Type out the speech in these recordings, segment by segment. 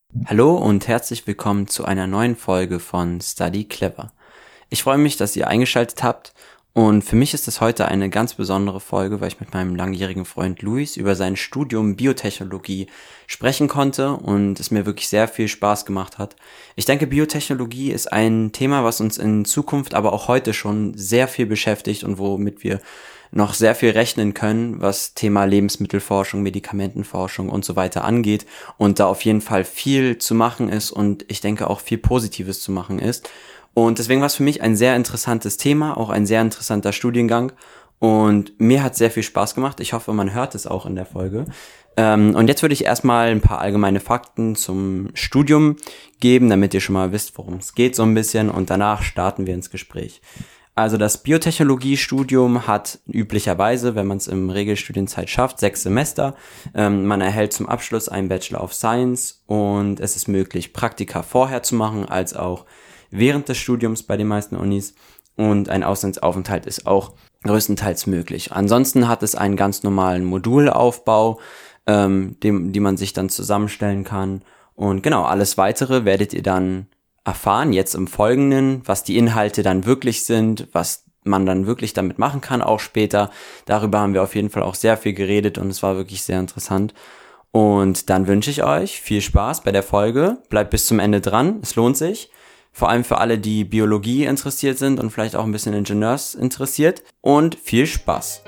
Hallo und herzlich willkommen zu einer neuen Folge von Study Clever. Ich freue mich, dass ihr eingeschaltet habt und für mich ist es heute eine ganz besondere Folge, weil ich mit meinem langjährigen Freund Luis über sein Studium Biotechnologie sprechen konnte und es mir wirklich sehr viel Spaß gemacht hat. Ich denke, Biotechnologie ist ein Thema, was uns in Zukunft, aber auch heute schon sehr viel beschäftigt und womit wir noch sehr viel rechnen können, was Thema Lebensmittelforschung, Medikamentenforschung und so weiter angeht und da auf jeden Fall viel zu machen ist und ich denke auch viel Positives zu machen ist. Und deswegen war es für mich ein sehr interessantes Thema, auch ein sehr interessanter Studiengang und mir hat sehr viel Spaß gemacht. Ich hoffe, man hört es auch in der Folge. Und jetzt würde ich erstmal ein paar allgemeine Fakten zum Studium geben, damit ihr schon mal wisst, worum es geht so ein bisschen und danach starten wir ins Gespräch. Also das Biotechnologiestudium hat üblicherweise, wenn man es im Regelstudienzeit schafft, 6 Semester. Man erhält zum Abschluss einen Bachelor of Science und es ist möglich, Praktika vorher zu machen, als auch während des Studiums bei den meisten Unis. Und ein Auslandsaufenthalt ist auch größtenteils möglich. Ansonsten hat es einen ganz normalen Modulaufbau, die man sich dann zusammenstellen kann. Und genau, alles Weitere werdet ihr dann erfahren, jetzt im Folgenden, was die Inhalte dann wirklich sind, was man dann wirklich damit machen kann, auch später. Darüber haben wir auf jeden Fall auch sehr viel geredet und es war wirklich sehr interessant. Und dann wünsche ich euch viel Spaß bei der Folge. Bleibt bis zum Ende dran, es lohnt sich. Vor allem für alle, die Biologie interessiert sind und vielleicht auch ein bisschen Ingenieurs interessiert. Und viel Spaß!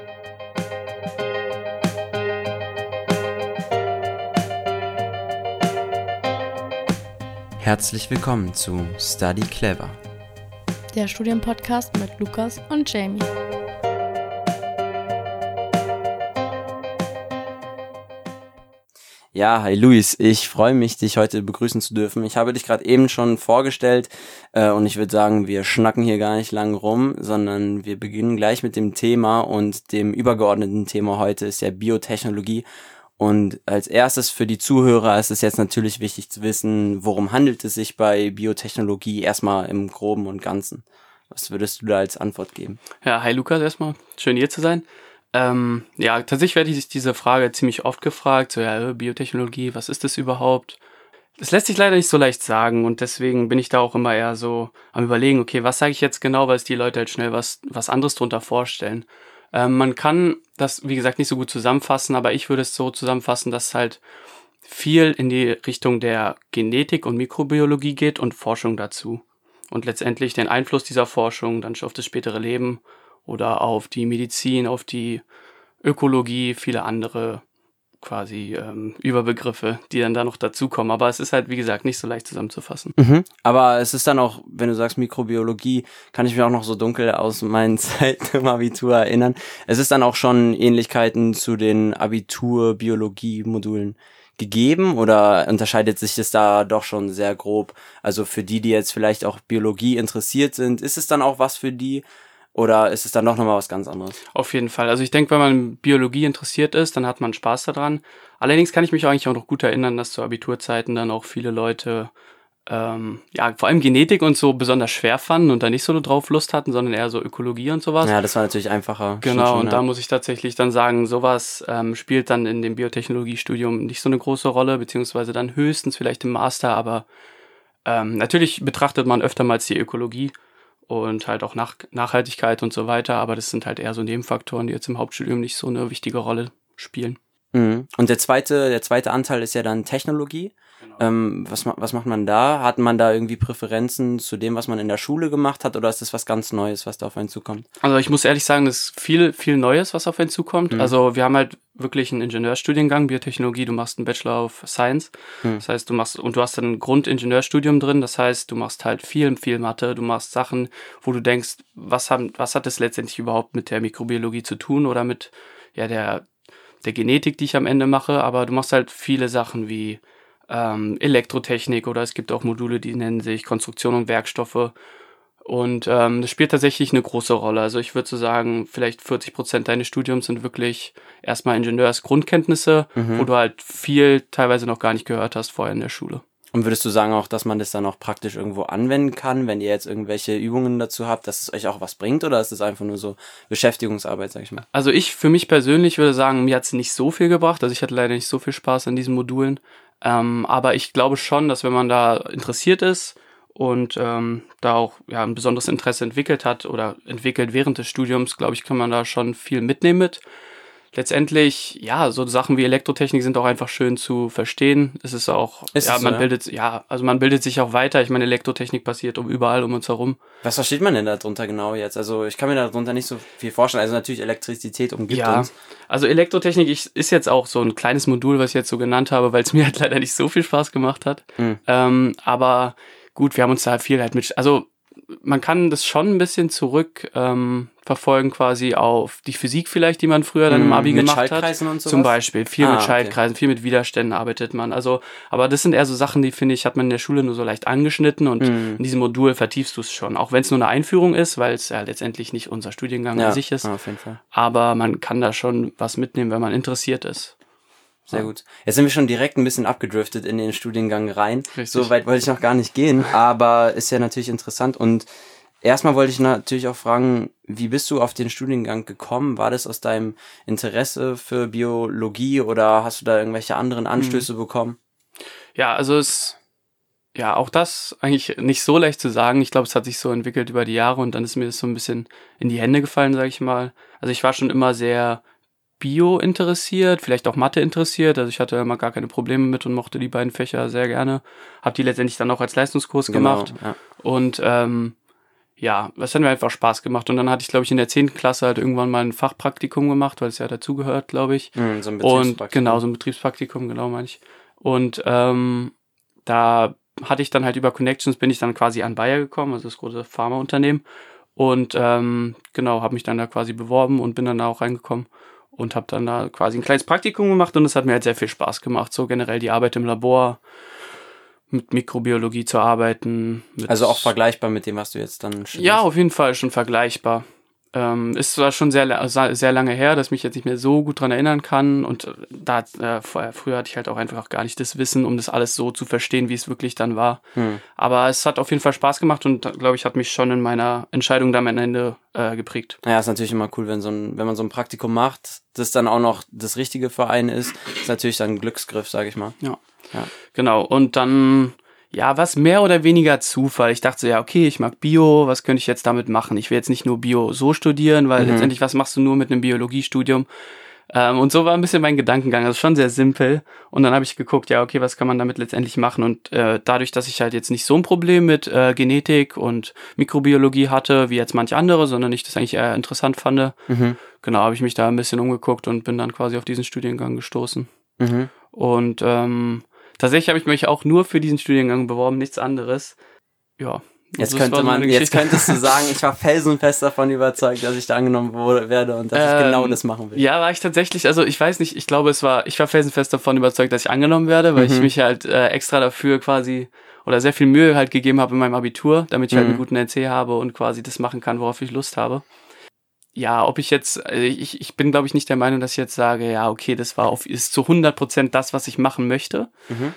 Herzlich willkommen zu Study Clever, der Studienpodcast mit Lukas und Jamie. Ja, hi Luis, ich freue mich, dich heute begrüßen zu dürfen. Ich habe dich gerade eben schon vorgestellt und ich würde sagen, wir schnacken hier gar nicht lang rum, sondern wir beginnen gleich mit dem Thema und dem übergeordneten Thema heute ist ja Biotechnologie. Und als erstes für die Zuhörer ist es jetzt natürlich wichtig zu wissen, worum handelt es sich bei Biotechnologie erstmal im Groben und Ganzen. Was würdest du da als Antwort geben? Ja, hi Lukas erstmal. Schön hier zu sein. Ja, tatsächlich werde ich diese Frage ziemlich oft gefragt. So, ja, Biotechnologie, was ist das überhaupt? Das lässt sich leider nicht so leicht sagen und deswegen bin ich da auch immer eher so am Überlegen, okay, was sage ich jetzt genau, weil es die Leute halt schnell was anderes drunter vorstellen. Man kann das, wie gesagt, nicht so gut zusammenfassen, aber ich würde es so zusammenfassen, dass halt viel in die Richtung der Genetik und Mikrobiologie geht und Forschung dazu. Und letztendlich den Einfluss dieser Forschung dann auf das spätere Leben oder auf die Medizin, auf die Ökologie, viele andere quasi Überbegriffe, die dann da noch dazukommen. Aber es ist halt, wie gesagt, nicht so leicht zusammenzufassen. Aber es ist dann auch, wenn du sagst Mikrobiologie, kann ich mich auch noch so dunkel aus meinen Zeiten im Abitur erinnern. Es ist dann auch schon Ähnlichkeiten zu den Abitur-Biologie-Modulen gegeben oder unterscheidet sich das da doch schon sehr grob? Also für die jetzt vielleicht auch Biologie interessiert sind, ist es dann auch was für die? Oder ist es dann doch nochmal was ganz anderes? Auf jeden Fall. Also ich denke, wenn man in Biologie interessiert ist, dann hat man Spaß daran. Allerdings kann ich mich eigentlich auch noch gut erinnern, dass zu Abiturzeiten dann auch viele Leute vor allem Genetik und so besonders schwer fanden und da nicht so drauf Lust hatten, sondern eher so Ökologie und sowas. Ja, das war natürlich einfacher. Genau, und da muss ich tatsächlich dann sagen, sowas spielt dann in dem Biotechnologiestudium nicht so eine große Rolle, beziehungsweise dann höchstens vielleicht im Master, aber natürlich betrachtet man öftermals die Ökologie und halt auch Nachhaltigkeit und so weiter, aber das sind halt eher so Nebenfaktoren, die jetzt im Hauptstudium nicht so eine wichtige Rolle spielen. Mhm. Und der zweite Anteil ist ja dann Technologie. Genau. Was macht man da? Hat man da irgendwie Präferenzen zu dem, was man in der Schule gemacht hat, oder ist das was ganz Neues, was da auf einen zukommt? Also ich muss ehrlich sagen, das ist viel, viel Neues, was auf einen zukommt. Also wir haben halt wirklich einen Ingenieurstudiengang, Biotechnologie, du machst einen Bachelor of Science. Das heißt, du hast dann ein Grundingenieurstudium drin, das heißt, du machst halt viel, viel Mathe, du machst Sachen, wo du denkst, was hat das letztendlich überhaupt mit der Mikrobiologie zu tun oder mit der Genetik, die ich am Ende mache, aber du machst halt viele Sachen wie Elektrotechnik oder es gibt auch Module, die nennen sich Konstruktion und Werkstoffe und das spielt tatsächlich eine große Rolle. Also ich würde so sagen, vielleicht 40% deines Studiums sind wirklich erstmal Ingenieursgrundkenntnisse, wo du halt viel teilweise noch gar nicht gehört hast vorher in der Schule. Und würdest du sagen auch, dass man das dann auch praktisch irgendwo anwenden kann, wenn ihr jetzt irgendwelche Übungen dazu habt, dass es euch auch was bringt, oder ist es einfach nur so Beschäftigungsarbeit, sag ich mal? Also ich für mich persönlich würde sagen, mir hat es nicht so viel gebracht, also ich hatte leider nicht so viel Spaß an diesen Modulen. Aber ich glaube schon, dass wenn man da interessiert ist und da auch ein besonderes Interesse entwickelt hat oder entwickelt während des Studiums, glaube ich, kann man da schon viel mitnehmen mit. Letztendlich, so Sachen wie Elektrotechnik sind auch einfach schön zu verstehen. Es ist auch, man bildet sich auch weiter. Ich meine, Elektrotechnik passiert überall um uns herum. Was versteht man denn darunter genau jetzt? Also ich kann mir darunter nicht so viel vorstellen. Also natürlich Elektrizität umgibt uns. Also Elektrotechnik ist jetzt auch so ein kleines Modul, was ich jetzt so genannt habe, weil es mir halt leider nicht so viel Spaß gemacht hat. Aber gut, wir haben uns da viel halt man kann das schon ein bisschen zurück verfolgen quasi auf die Physik vielleicht, die man früher dann im Abi gemacht hat. Mit Schaltkreisen und sowas? Zum Beispiel, viel mit Schaltkreisen, viel mit Widerständen arbeitet man. Also, aber das sind eher so Sachen, die, finde ich, hat man in der Schule nur so leicht angeschnitten und in diesem Modul vertiefst du es schon. Auch wenn es nur eine Einführung ist, weil es ja letztendlich nicht unser Studiengang an sich ist. Auf jeden Fall. Aber man kann da schon was mitnehmen, wenn man interessiert ist. Sehr gut. Jetzt sind wir schon direkt ein bisschen abgedriftet in den Studiengang rein. Richtig. So weit wollte ich noch gar nicht gehen, aber ist ja natürlich interessant. Und erstmal wollte ich natürlich auch fragen, wie bist du auf den Studiengang gekommen? War das aus deinem Interesse für Biologie oder hast du da irgendwelche anderen Anstöße bekommen? Ja, also auch das eigentlich nicht so leicht zu sagen. Ich glaube, es hat sich so entwickelt über die Jahre und dann ist mir das so ein bisschen in die Hände gefallen, sage ich mal. Also ich war schon immer sehr Bio interessiert, vielleicht auch Mathe interessiert. Also ich hatte immer gar keine Probleme mit und mochte die beiden Fächer sehr gerne. Habe die letztendlich dann auch als Leistungskurs gemacht. Ja. Und das hat mir einfach Spaß gemacht. Und dann hatte ich, glaube ich, in der 10. Klasse halt irgendwann mal ein Fachpraktikum gemacht, weil es ja dazugehört, glaube ich. So ein Betriebspraktikum. Und genau, so ein Betriebspraktikum, genau meine ich. Und da hatte ich dann halt über Connections, bin ich dann quasi an Bayer gekommen, also das große Pharmaunternehmen. Und habe mich dann da quasi beworben und bin dann da auch reingekommen. Und habe dann da quasi ein kleines Praktikum gemacht und es hat mir halt sehr viel Spaß gemacht. So generell die Arbeit im Labor, mit Mikrobiologie zu arbeiten. Also auch vergleichbar mit dem, was du jetzt dann studierst? Ja, auf jeden Fall schon vergleichbar. Ist zwar schon sehr lange her, dass ich mich jetzt nicht mehr so gut dran erinnern kann und früher hatte ich halt auch einfach gar nicht das Wissen, um das alles so zu verstehen, wie es wirklich dann war. Aber es hat auf jeden Fall Spaß gemacht und glaube ich, hat mich schon in meiner Entscheidung dann am Ende geprägt. Ja, ist natürlich immer cool, wenn man so ein Praktikum macht, das dann auch noch das Richtige für einen ist natürlich dann ein Glücksgriff, sage ich mal. Ja, genau. Und dann was mehr oder weniger Zufall. Ich dachte so, okay, ich mag Bio, was könnte ich jetzt damit machen? Ich will jetzt nicht nur Bio so studieren, weil letztendlich, was machst du nur mit einem Biologiestudium? Und so war ein bisschen mein Gedankengang, also schon sehr simpel. Und dann habe ich geguckt, was kann man damit letztendlich machen? Und dadurch, dass ich halt jetzt nicht so ein Problem mit Genetik und Mikrobiologie hatte, wie jetzt manche andere, sondern ich das eigentlich eher interessant fand, habe ich mich da ein bisschen umgeguckt und bin dann quasi auf diesen Studiengang gestoßen. Und tatsächlich habe ich mich auch nur für diesen Studiengang beworben, nichts anderes. Ja. Jetzt könntest du sagen, ich war felsenfest davon überzeugt, dass ich da angenommen werde und dass ich genau das machen will. Ja, war ich tatsächlich, also ich weiß nicht, ich glaube ich war felsenfest davon überzeugt, dass ich angenommen werde, weil ich mich halt extra dafür quasi oder sehr viel Mühe halt gegeben habe in meinem Abitur, damit ich halt einen guten NC habe und quasi das machen kann, worauf ich Lust habe. Ja, ob ich jetzt, ich bin glaube ich nicht der Meinung, dass ich jetzt sage, das ist zu 100% das, was ich machen möchte.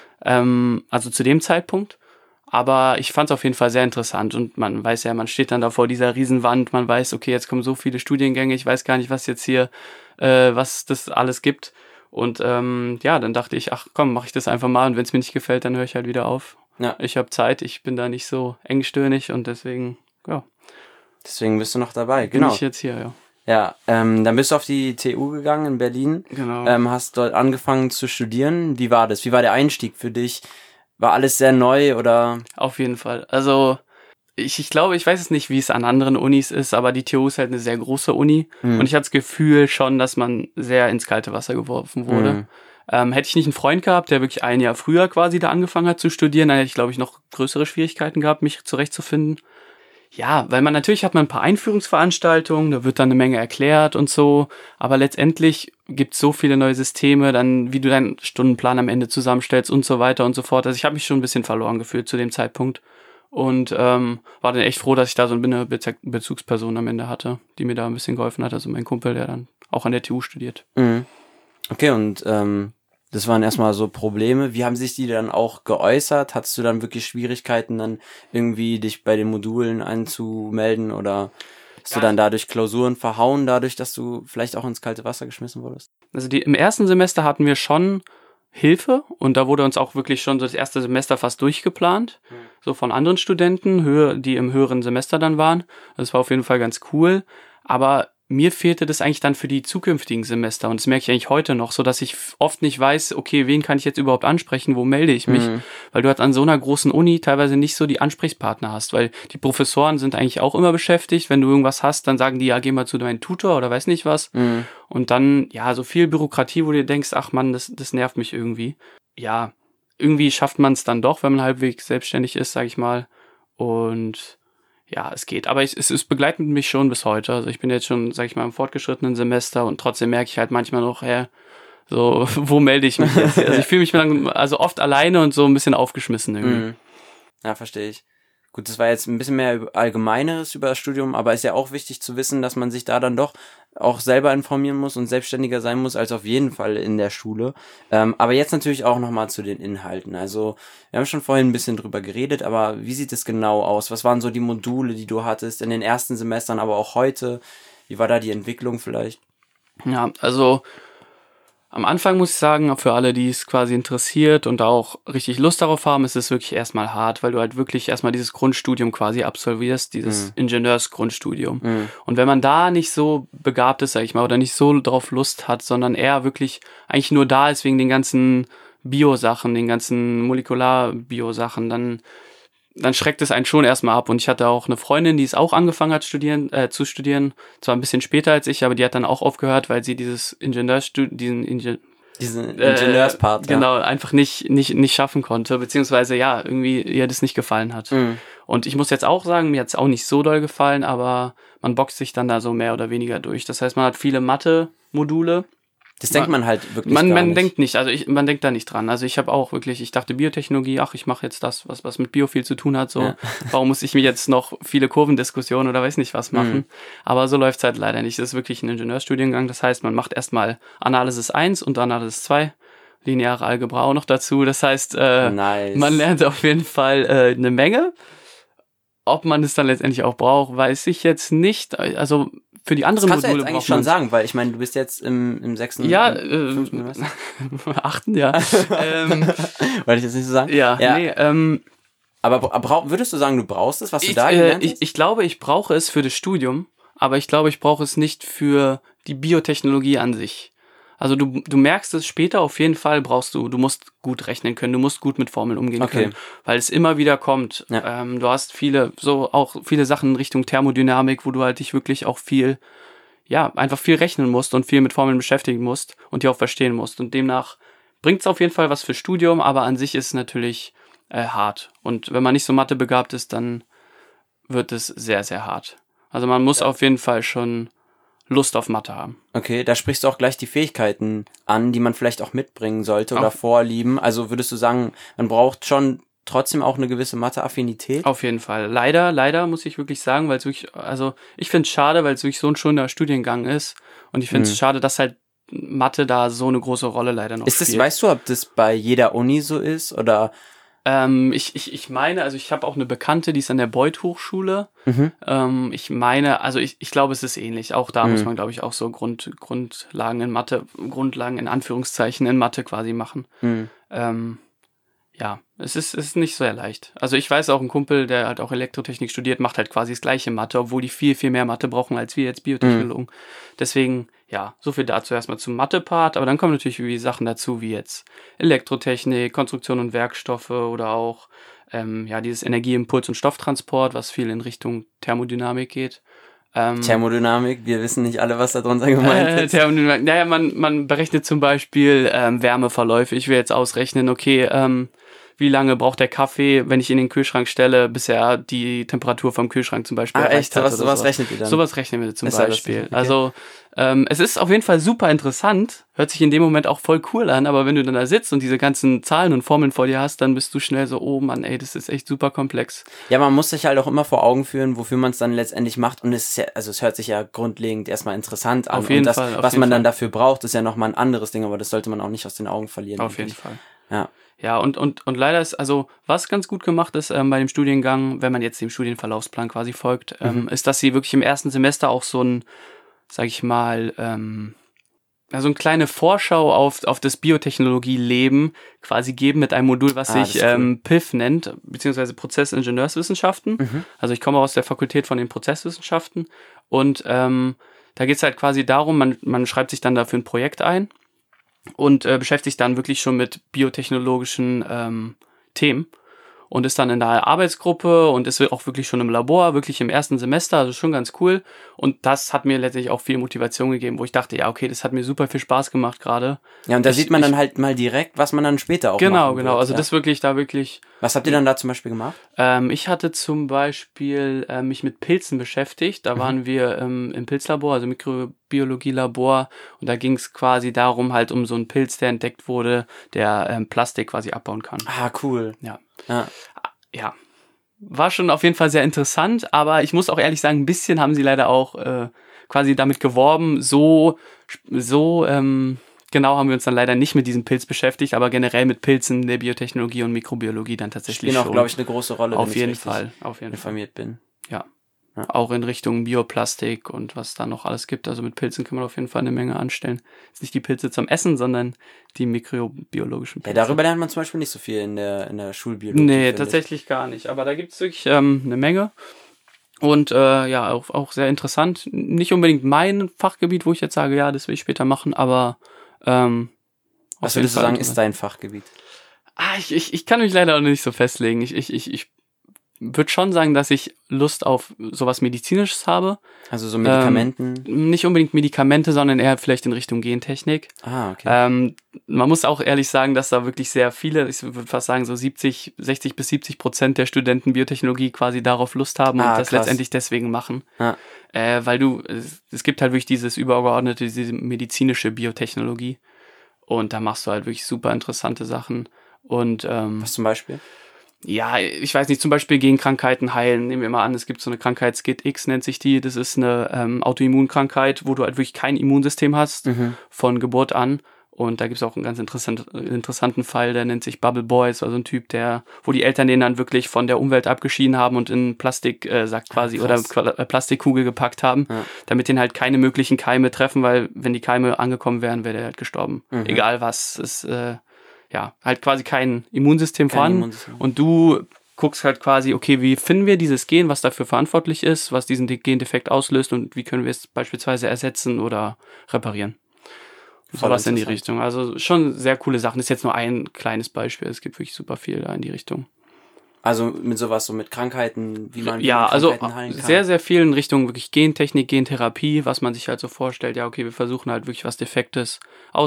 Also zu dem Zeitpunkt. Aber ich fand es auf jeden Fall sehr interessant und man weiß ja, man steht dann da vor dieser Riesenwand, man weiß, okay, jetzt kommen so viele Studiengänge, ich weiß gar nicht, was jetzt hier, was das alles gibt. Und dann dachte ich, ach komm, mache ich das einfach mal und wenn es mir nicht gefällt, dann höre ich halt wieder auf. Ja. Ich habe Zeit, ich bin da nicht so engstirnig und deswegen, Deswegen bist du noch dabei, genau. Bin ich jetzt hier, Ja, dann bist du auf die TU gegangen in Berlin. Genau. Hast dort angefangen zu studieren. Wie war das? Wie war der Einstieg für dich? War alles sehr neu oder? Auf jeden Fall. Also ich glaube, ich weiß es nicht, wie es an anderen Unis ist, aber die TU ist halt eine sehr große Uni und ich hatte das Gefühl schon, dass man sehr ins kalte Wasser geworfen wurde. Hätte ich nicht einen Freund gehabt, der wirklich ein Jahr früher quasi da angefangen hat zu studieren, dann hätte ich, glaube ich, noch größere Schwierigkeiten gehabt, mich zurechtzufinden. Ja, weil natürlich hat man ein paar Einführungsveranstaltungen, da wird dann eine Menge erklärt und so, aber letztendlich gibt es so viele neue Systeme, dann wie du deinen Stundenplan am Ende zusammenstellst und so weiter und so fort. Also ich habe mich schon ein bisschen verloren gefühlt zu dem Zeitpunkt und war dann echt froh, dass ich da so eine Bezugsperson am Ende hatte, die mir da ein bisschen geholfen hat, also mein Kumpel, der dann auch an der TU studiert. Okay, und das waren erstmal so Probleme. Wie haben sich die dann auch geäußert? Hattest du dann wirklich Schwierigkeiten, dann irgendwie dich bei den Modulen anzumelden oder hast du dann dadurch Klausuren verhauen, dadurch, dass du vielleicht auch ins kalte Wasser geschmissen wurdest? Also im ersten Semester hatten wir schon Hilfe und da wurde uns auch wirklich schon so das erste Semester fast durchgeplant, so von anderen Studenten, die im höheren Semester dann waren. Das war auf jeden Fall ganz cool, aber mir fehlte das eigentlich dann für die zukünftigen Semester und das merke ich eigentlich heute noch, so dass ich oft nicht weiß, okay, wen kann ich jetzt überhaupt ansprechen, wo melde ich mich, weil du halt an so einer großen Uni teilweise nicht so die Ansprechpartner hast, weil die Professoren sind eigentlich auch immer beschäftigt, wenn du irgendwas hast, dann sagen die, ja, geh mal zu deinem Tutor oder weiß nicht was und dann, ja, so viel Bürokratie, wo du dir denkst, ach Mann, das nervt mich irgendwie. Ja, irgendwie schafft man es dann doch, wenn man halbwegs selbstständig ist, sag ich mal, und ja, es geht. Aber es begleitet mich schon bis heute. Also ich bin jetzt schon, sag ich mal, im fortgeschrittenen Semester und trotzdem merke ich halt manchmal noch, so, wo melde ich mich jetzt? Also ich fühle mich dann also oft alleine und so ein bisschen aufgeschmissen irgendwie. Ja, verstehe ich. Gut, das war jetzt ein bisschen mehr Allgemeineres über das Studium, aber ist ja auch wichtig zu wissen, dass man sich da dann doch auch selber informieren muss und selbstständiger sein muss als auf jeden Fall in der Schule. Aber jetzt natürlich auch nochmal zu den Inhalten. Also wir haben schon vorhin ein bisschen drüber geredet, aber wie sieht es genau aus? Was waren so die Module, die du hattest in den ersten Semestern, aber auch heute? Wie war da die Entwicklung vielleicht? Ja, also am Anfang muss ich sagen, für alle, die es quasi interessiert und auch richtig Lust darauf haben, ist es wirklich erstmal hart, weil du halt wirklich erstmal dieses Grundstudium quasi absolvierst, dieses Ingenieursgrundstudium. Und wenn man da nicht so begabt ist, sag ich mal, oder nicht so drauf Lust hat, sondern eher wirklich eigentlich nur da ist wegen den ganzen Bio-Sachen, den ganzen Molekular-Bio-Sachen, dann schreckt es einen schon erstmal ab. Und ich hatte auch eine Freundin, die es auch angefangen hat zu studieren, zwar ein bisschen später als ich, aber die hat dann auch aufgehört, weil sie dieses diesen Ingenieurspart, genau, einfach nicht schaffen konnte, beziehungsweise ja, irgendwie ihr das nicht gefallen hat. Und ich muss jetzt auch sagen, mir hat es auch nicht so doll gefallen, aber man boxt sich dann da so mehr oder weniger durch. Das heißt, man hat viele Mathe-Module. Das denkt man halt wirklich gar nicht. Man denkt nicht, also man denkt da nicht dran. Also ich habe auch wirklich, ich dachte Biotechnologie, ach, ich mache jetzt das, was mit Bio viel zu tun hat, so. Ja. Warum muss ich mir jetzt noch viele Kurvendiskussionen oder weiß nicht was machen? Aber so läuft's halt leider nicht. Das ist wirklich ein Ingenieurstudiengang. Das heißt, man macht erstmal Analysis 1 und Analysis 2, lineare Algebra auch noch dazu. Das heißt, man lernt auf jeden Fall eine Menge. Ob man es dann letztendlich auch braucht, weiß ich jetzt nicht. Also für die anderen Module Module braucht man... Das kannst du jetzt eigentlich schon sagen, weil ich meine, du bist jetzt im 6. Ja, 8. ja. Wollte ich jetzt nicht so sagen? Ja. Nee, aber würdest du sagen, du brauchst es, was du da gelernt hast? Ich glaube, ich brauche es für das Studium, aber ich glaube, ich brauche es nicht für die Biotechnologie an sich. Also du merkst es später auf jeden Fall, du musst gut rechnen können, du musst gut mit Formeln umgehen können, weil es immer wieder kommt. Ja. Du hast viele Sachen in Richtung Thermodynamik, wo du halt dich wirklich auch einfach viel rechnen musst und viel mit Formeln beschäftigen musst und die auch verstehen musst. Und demnach bringt es auf jeden Fall was für Studium, aber an sich ist es natürlich hart. Und wenn man nicht so mathebegabt ist, dann wird es sehr, sehr hart. Also man muss auf jeden Fall schon Lust auf Mathe haben. Okay, da sprichst du auch gleich die Fähigkeiten an, die man vielleicht auch mitbringen sollte oder Vorlieben. Also würdest du sagen, man braucht schon trotzdem auch eine gewisse Mathe-Affinität? Auf jeden Fall. Leider muss ich wirklich sagen, weil es wirklich, also ich finde es schade, weil es wirklich so ein schöner Studiengang ist und ich finde es schade, dass halt Mathe da so eine große Rolle leider noch spielt. Weißt du, ob das bei jeder Uni so ist oder... Ich meine, also ich habe auch eine Bekannte, die ist an der Beuth-Hochschule. Ich meine, also ich glaube, es ist ähnlich. Auch da muss man, glaube ich, auch so Grundlagen in Mathe, Grundlagen in Anführungszeichen in Mathe quasi machen. Ja, es ist nicht sehr leicht. Also ich weiß auch, ein Kumpel, der halt auch Elektrotechnik studiert, macht halt quasi das gleiche Mathe, obwohl die viel, viel mehr Mathe brauchen als wir jetzt Biotechnologen. Deswegen, ja, so viel dazu erstmal zum Mathe-Part, aber dann kommen natürlich wie Sachen dazu, wie jetzt Elektrotechnik, Konstruktion und Werkstoffe oder auch dieses Energieimpuls- und Stofftransport, was viel in Richtung Thermodynamik geht. Thermodynamik, wir wissen nicht alle, was da drunter gemeint ist. Thermodynamik, naja, man berechnet zum Beispiel Wärmeverläufe. Ich will jetzt ausrechnen, okay, wie lange braucht der Kaffee, wenn ich ihn in den Kühlschrank stelle, bis er die Temperatur vom Kühlschrank zum Beispiel erreicht hat. Sowas rechnet ihr dann? Sowas rechnen wir zum Beispiel. Okay. Also es ist auf jeden Fall super interessant, hört sich in dem Moment auch voll cool an, aber wenn du dann da sitzt und diese ganzen Zahlen und Formeln vor dir hast, dann bist du schnell so, oh Mann, ey, das ist echt super komplex. Ja, man muss sich halt auch immer vor Augen führen, wofür man es dann letztendlich macht und es ist ja, also es hört sich ja grundlegend erstmal interessant an. Auf jeden Fall. Was man dann dafür braucht, ist ja nochmal ein anderes Ding, aber das sollte man auch nicht aus den Augen verlieren. Auf jeden Fall. Ja. Ja, und leider ist, also, was ganz gut gemacht ist bei dem Studiengang, wenn man jetzt dem Studienverlaufsplan quasi folgt, ist, dass sie wirklich im ersten Semester auch so ein, sag ich mal, eine kleine Vorschau auf das Biotechnologie-Leben quasi geben mit einem Modul, was sich cool. PIV nennt, beziehungsweise Prozessingenieurswissenschaften. Also ich komme aus der Fakultät von den Prozesswissenschaften und da geht es halt quasi darum, man schreibt sich dann dafür ein Projekt ein und beschäftigt sich dann wirklich schon mit biotechnologischen Themen. Und ist dann in der Arbeitsgruppe und ist auch wirklich schon im Labor, wirklich im ersten Semester, also schon ganz cool. Und das hat mir letztlich auch viel Motivation gegeben, wo ich dachte, ja, okay, das hat mir super viel Spaß gemacht gerade. Ja, und da sieht man dann halt mal direkt, was man dann später auch machen wird. Genau, also das wirklich, da wirklich. Was habt ihr dann da zum Beispiel gemacht? Ich hatte zum Beispiel mich mit Pilzen beschäftigt. Da waren wir im Pilzlabor, also Mikrobiologielabor. Und da ging es quasi darum, halt um so einen Pilz, der entdeckt wurde, der Plastik quasi abbauen kann. Ah, cool. Ja. War schon auf jeden Fall sehr interessant, aber ich muss auch ehrlich sagen, ein bisschen haben sie leider auch quasi damit geworben. So genau haben wir uns dann leider nicht mit diesem Pilz beschäftigt, aber generell mit Pilzen der Biotechnologie und Mikrobiologie dann tatsächlich spielen schon. auch, glaube ich, eine große Rolle, auf jeden Fall informiert bin. Ja. Auch in Richtung Bioplastik und was da noch alles gibt. Also mit Pilzen kann man auf jeden Fall eine Menge anstellen. Ist nicht die Pilze zum Essen, sondern die mikrobiologischen Pilze. Ja, darüber lernt man zum Beispiel nicht so viel in der Schulbiologie. Nee, tatsächlich gar nicht. Aber da gibt es wirklich eine Menge. Und auch sehr interessant. Nicht unbedingt mein Fachgebiet, wo ich jetzt sage, ja, das will ich später machen, aber was würdest du sagen, ist dein Fachgebiet? Ich kann mich leider auch nicht so festlegen. Ich würde schon sagen, dass ich Lust auf sowas Medizinisches habe. Also so Medikamenten? Nicht unbedingt Medikamente, sondern eher vielleicht in Richtung Gentechnik. Ah, okay. Man muss auch ehrlich sagen, dass da wirklich sehr viele, ich würde fast sagen so 60 bis 70% der Studenten Biotechnologie quasi darauf Lust haben und das letztendlich deswegen machen. Ah. Weil es gibt halt wirklich diese medizinische Biotechnologie und da machst du halt wirklich super interessante Sachen. Und was zum Beispiel? Ja, ich weiß nicht, zum Beispiel gegen Krankheiten heilen. Nehmen wir mal an, es gibt so eine Krankheit, SCID-X nennt sich die. Das ist eine Autoimmunkrankheit, wo du halt wirklich kein Immunsystem hast von Geburt an. Und da gibt es auch einen ganz interessanten Fall, der nennt sich Bubble Boys, also ein Typ, wo die Eltern den dann wirklich von der Umwelt abgeschieden haben und in Plastiksack quasi oder Plastikkugel gepackt haben, damit den halt keine möglichen Keime treffen, weil wenn die Keime angekommen wären, wäre der halt gestorben. Egal was, ist halt quasi kein Immunsystem vorhanden. Und du guckst halt quasi, okay, wie finden wir dieses Gen, was dafür verantwortlich ist, was diesen Gendefekt auslöst und wie können wir es beispielsweise ersetzen oder reparieren. Sowas in die Richtung. Also schon sehr coole Sachen. Das ist jetzt nur ein kleines Beispiel. Es gibt wirklich super viel da in die Richtung. Also mit sowas, so mit Krankheiten, wie man Krankheiten heilen kann. Sehr, sehr viel in Richtung wirklich Gentechnik, Gentherapie, was man sich halt so vorstellt. Ja, okay, wir versuchen halt wirklich was Defektes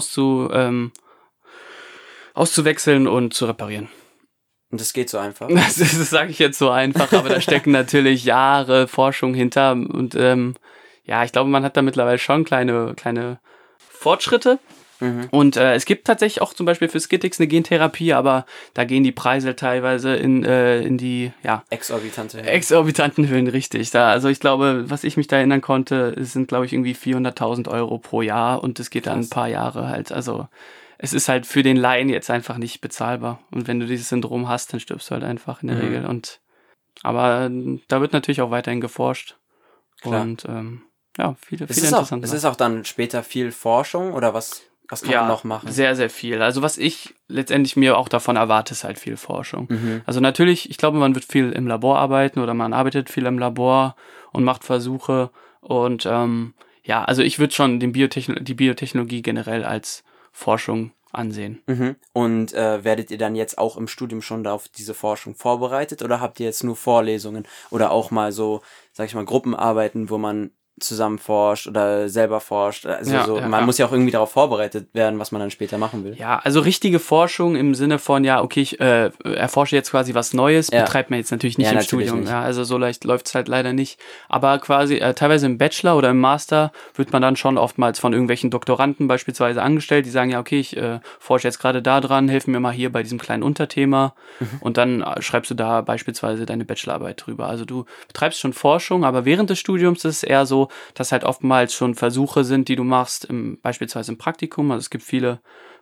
auszuwechseln und zu reparieren. Und das geht so einfach? Das sage ich jetzt so einfach, aber da stecken natürlich Jahre Forschung hinter und ich glaube, man hat da mittlerweile schon kleine Fortschritte. Und es gibt tatsächlich auch zum Beispiel für SCID-X eine Gentherapie, aber da gehen die Preise teilweise in die exorbitanten Höhen, richtig. Also ich glaube, was ich mich da erinnern konnte, es sind, glaube ich, irgendwie 400.000 € pro Jahr und das geht dann ein paar Jahre halt. Also es ist halt für den Laien jetzt einfach nicht bezahlbar. Und wenn du dieses Syndrom hast, dann stirbst du halt einfach in der Regel. Aber da wird natürlich auch weiterhin geforscht. Klar. Und viele interessante Sachen. Es ist auch dann später viel Forschung oder was kann man noch machen? Sehr, sehr viel. Also was ich letztendlich mir auch davon erwarte, ist halt viel Forschung. Also natürlich, ich glaube, man wird viel im Labor arbeiten oder man arbeitet viel im Labor und macht Versuche. Und also ich würde schon die Biotechnologie generell als Forschung ansehen. Und werdet ihr dann jetzt auch im Studium schon auf diese Forschung vorbereitet oder habt ihr jetzt nur Vorlesungen oder auch mal so, sag ich mal, Gruppenarbeiten, wo man zusammen forscht oder selber forscht. Also man muss ja auch irgendwie darauf vorbereitet werden, was man dann später machen will. Ja, also richtige Forschung im Sinne von, ich erforsche jetzt quasi was Neues, betreibt man jetzt natürlich nicht im Studium. Nicht. Ja, also so leicht läuft es halt leider nicht. Aber quasi teilweise im Bachelor oder im Master wird man dann schon oftmals von irgendwelchen Doktoranden beispielsweise angestellt, die sagen, ich forsche jetzt gerade da dran, hilf mir mal hier bei diesem kleinen Unterthema und dann schreibst du da beispielsweise deine Bachelorarbeit drüber. Also du betreibst schon Forschung, aber während des Studiums ist es eher so, dass halt oftmals schon Versuche sind, die du machst, beispielsweise im Praktikum. Also es gibt viele